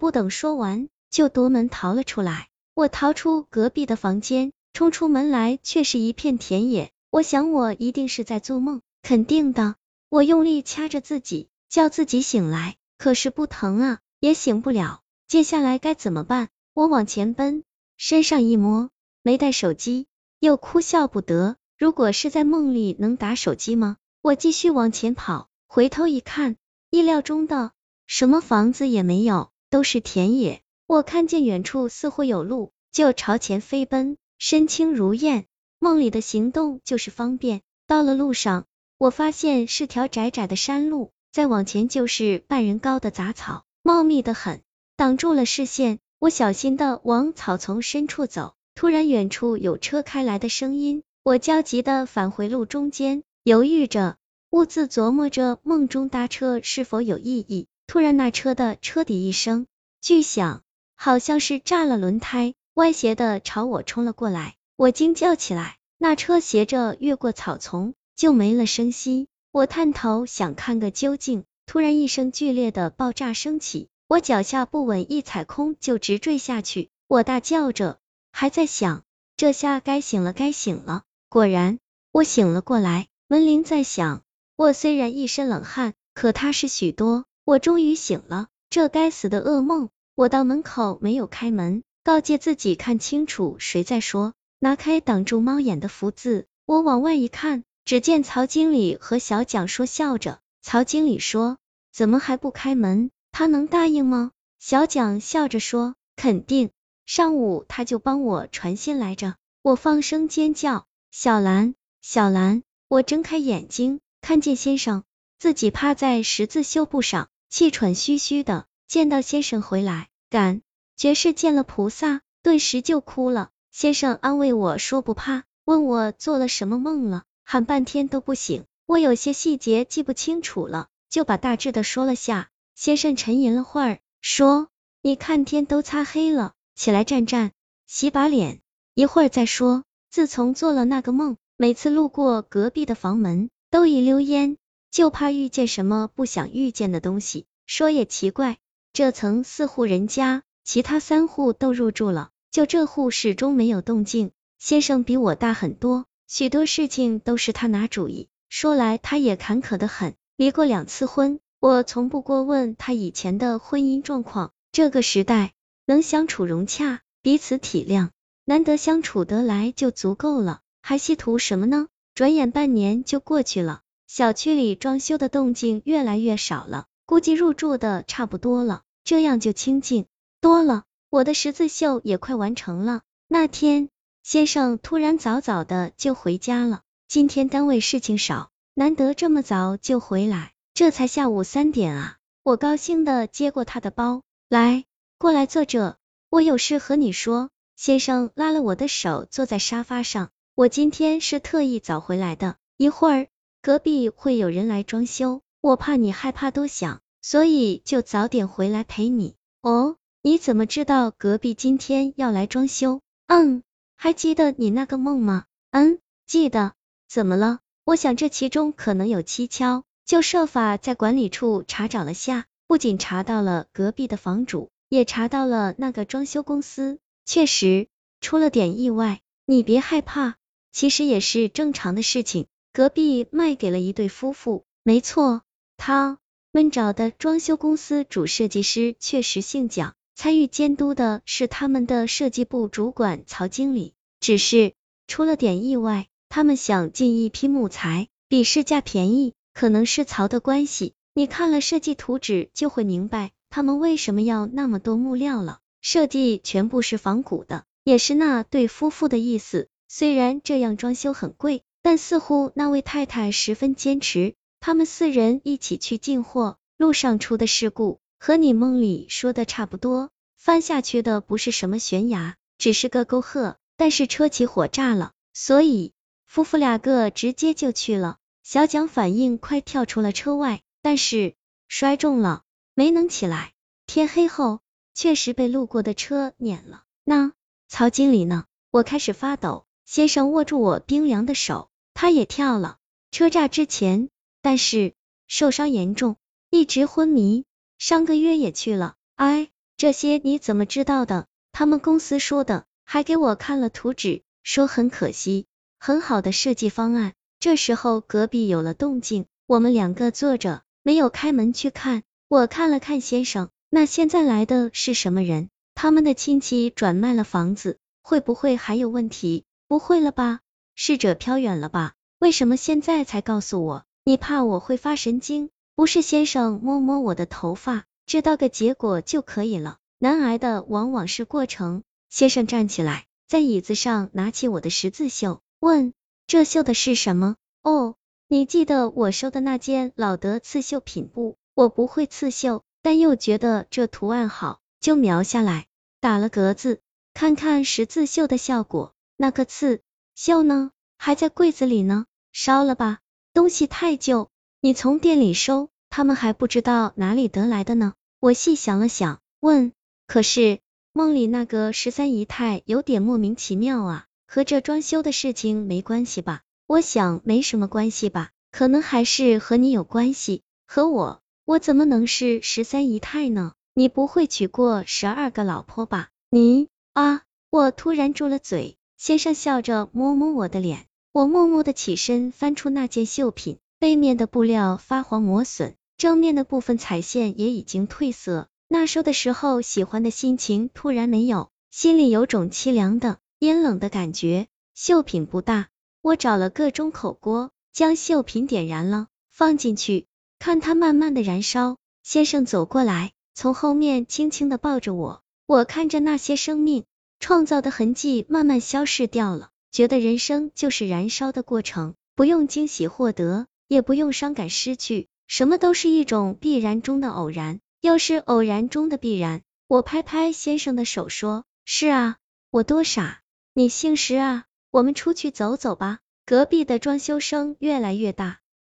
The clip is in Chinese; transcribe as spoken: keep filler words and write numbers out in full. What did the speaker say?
不等说完，就夺门逃了出来。我逃出隔壁的房间，冲出门来却是一片田野。我想我一定是在做梦，肯定的。我用力掐着自己，叫自己醒来，可是不疼啊，也醒不了。接下来该怎么办？我往前奔，身上一摸，没带手机，又哭笑不得。如果是在梦里，能打手机吗？我继续往前跑，回头一看，意料中的，什么房子也没有，都是田野。我看见远处似乎有路，就朝前飞奔，身轻如燕。梦里的行动就是方便。到了路上，我发现是条窄窄的山路，再往前就是半人高的杂草，茂密得很，挡住了视线。我小心的往草丛深处走，突然远处有车开来的声音，我焦急的返回路中间，犹豫着，兀自琢磨着梦中搭车是否有意义。突然那车的车底一声巨响，好像是炸了轮胎，歪斜的朝我冲了过来。我惊叫起来，那车斜着越过草丛，就没了声息。我探头想看个究竟，突然一声剧烈的爆炸声起，我脚下不稳，一踩空就直坠下去。我大叫着，还在想，这下该醒了该醒了。果然，我醒了过来，门铃在响。我虽然一身冷汗，可踏实许多。我终于醒了，这该死的噩梦。我到门口没有开门，告诫自己看清楚谁在说，拿开挡住猫眼的福字。我往外一看，只见曹经理和小蒋说笑着。曹经理说，怎么还不开门？他能答应吗？小蒋笑着说，肯定，上午他就帮我传信来着。我放声尖叫，小兰，小兰！我睁开眼睛，看见先生，自己趴在十字绣布上，气喘吁吁的。见到先生回来，感觉是见了菩萨，顿时就哭了。先生安慰我说不怕，问我做了什么梦了，喊半天都不醒。我有些细节记不清楚了，就把大致的说了下。先生沉吟了会儿，说，你看天都擦黑了，起来站站，洗把脸，一会儿再说。自从做了那个梦，每次路过隔壁的房门，都一溜烟，就怕遇见什么不想遇见的东西。说也奇怪，这层四户人家，其他三户都入住了，就这户始终没有动静。先生比我大很多，许多事情都是他拿主意。说来他也坎坷得很，离过两次婚，我从不过问他以前的婚姻状况。这个时代，能相处融洽，彼此体谅，难得相处得来就足够了，还稀图什么呢？转眼半年就过去了，小区里装修的动静越来越少了，估计入住的差不多了，这样就清静多了。我的十字绣也快完成了。那天，先生突然早早的就回家了，今天单位事情少，难得这么早就回来，这才下午三点啊。我高兴的接过他的包，来，过来坐这，我有事和你说。先生拉了我的手，坐在沙发上。我今天是特意早回来的，一会儿隔壁会有人来装修，我怕你害怕多想，所以就早点回来陪你。哦，你怎么知道隔壁今天要来装修？嗯，还记得你那个梦吗？嗯，记得。怎么了？我想这其中可能有蹊跷，就设法在管理处查找了下，不仅查到了隔壁的房主，也查到了那个装修公司，确实出了点意外。你别害怕，其实也是正常的事情。隔壁卖给了一对夫妇，没错，他们找的装修公司主设计师确实姓蒋，参与监督的是他们的设计部主管曹经理，只是出了点意外，他们想进一批木材，比市价便宜，可能是曹的关系。你看了设计图纸就会明白他们为什么要那么多木料了，设计全部是仿古的，也是那对夫妇的意思。虽然这样装修很贵，但似乎那位太太十分坚持。他们四人一起去进货，路上出的事故和你梦里说的差不多，翻下去的不是什么悬崖，只是个沟壑，但是车起火炸了，所以夫妇俩个直接就去了。小蒋反应快，跳出了车外，但是摔重了，没能起来。天黑后，确实被路过的车碾了。那曹经理呢？我开始发抖，先生握住我冰凉的手，他也跳了。车炸之前，但是受伤严重，一直昏迷，上个月也去了。哎， 这些你怎么知道的？他们公司说的，还给我看了图纸，说很可惜，很好的设计方案。这时候隔壁有了动静，我们两个坐着，没有开门去看。我看了看先生，那现在来的是什么人？他们的亲戚转卖了房子，会不会还有问题？不会了吧？逝者飘远了吧？为什么现在才告诉我？你怕我会发神经？不是，先生摸摸我的头发，知道个结果就可以了。难挨的往往是过程。先生站起来，在椅子上拿起我的十字绣，问：这绣的是什么？哦，你记得我收的那件老德刺绣品不？我不会刺绣，但又觉得这图案好，就描下来，打了格子，看看十字绣的效果。那个刺绣呢？还在柜子里呢，烧了吧？东西太旧，你从店里收，他们还不知道哪里得来的呢。我细想了想，问：可是梦里那个十三姨太有点莫名其妙啊，和这装修的事情没关系吧？我想没什么关系吧，可能还是和你有关系。和我？我怎么能是十三姨太呢？你不会娶过十二个老婆吧？你啊！我突然住了嘴。先生笑着摸摸我的脸，我默默的起身翻出那件绣品，背面的布料发黄磨损，正面的部分彩线也已经褪色。那收的时候喜欢的心情突然没有，心里有种凄凉的阴冷的感觉。绣品不大，我找了个中口锅，将绣品点燃了，放进去，看它慢慢的燃烧。先生走过来，从后面轻轻的抱着我，我看着那些生命创造的痕迹慢慢消逝掉了，觉得人生就是燃烧的过程，不用惊喜获得，也不用伤感失去，什么都是一种必然中的偶然，又是偶然中的必然。我拍拍先生的手说：是啊，我多傻，你姓石啊，我们出去走走吧。隔壁的装修声越来越大，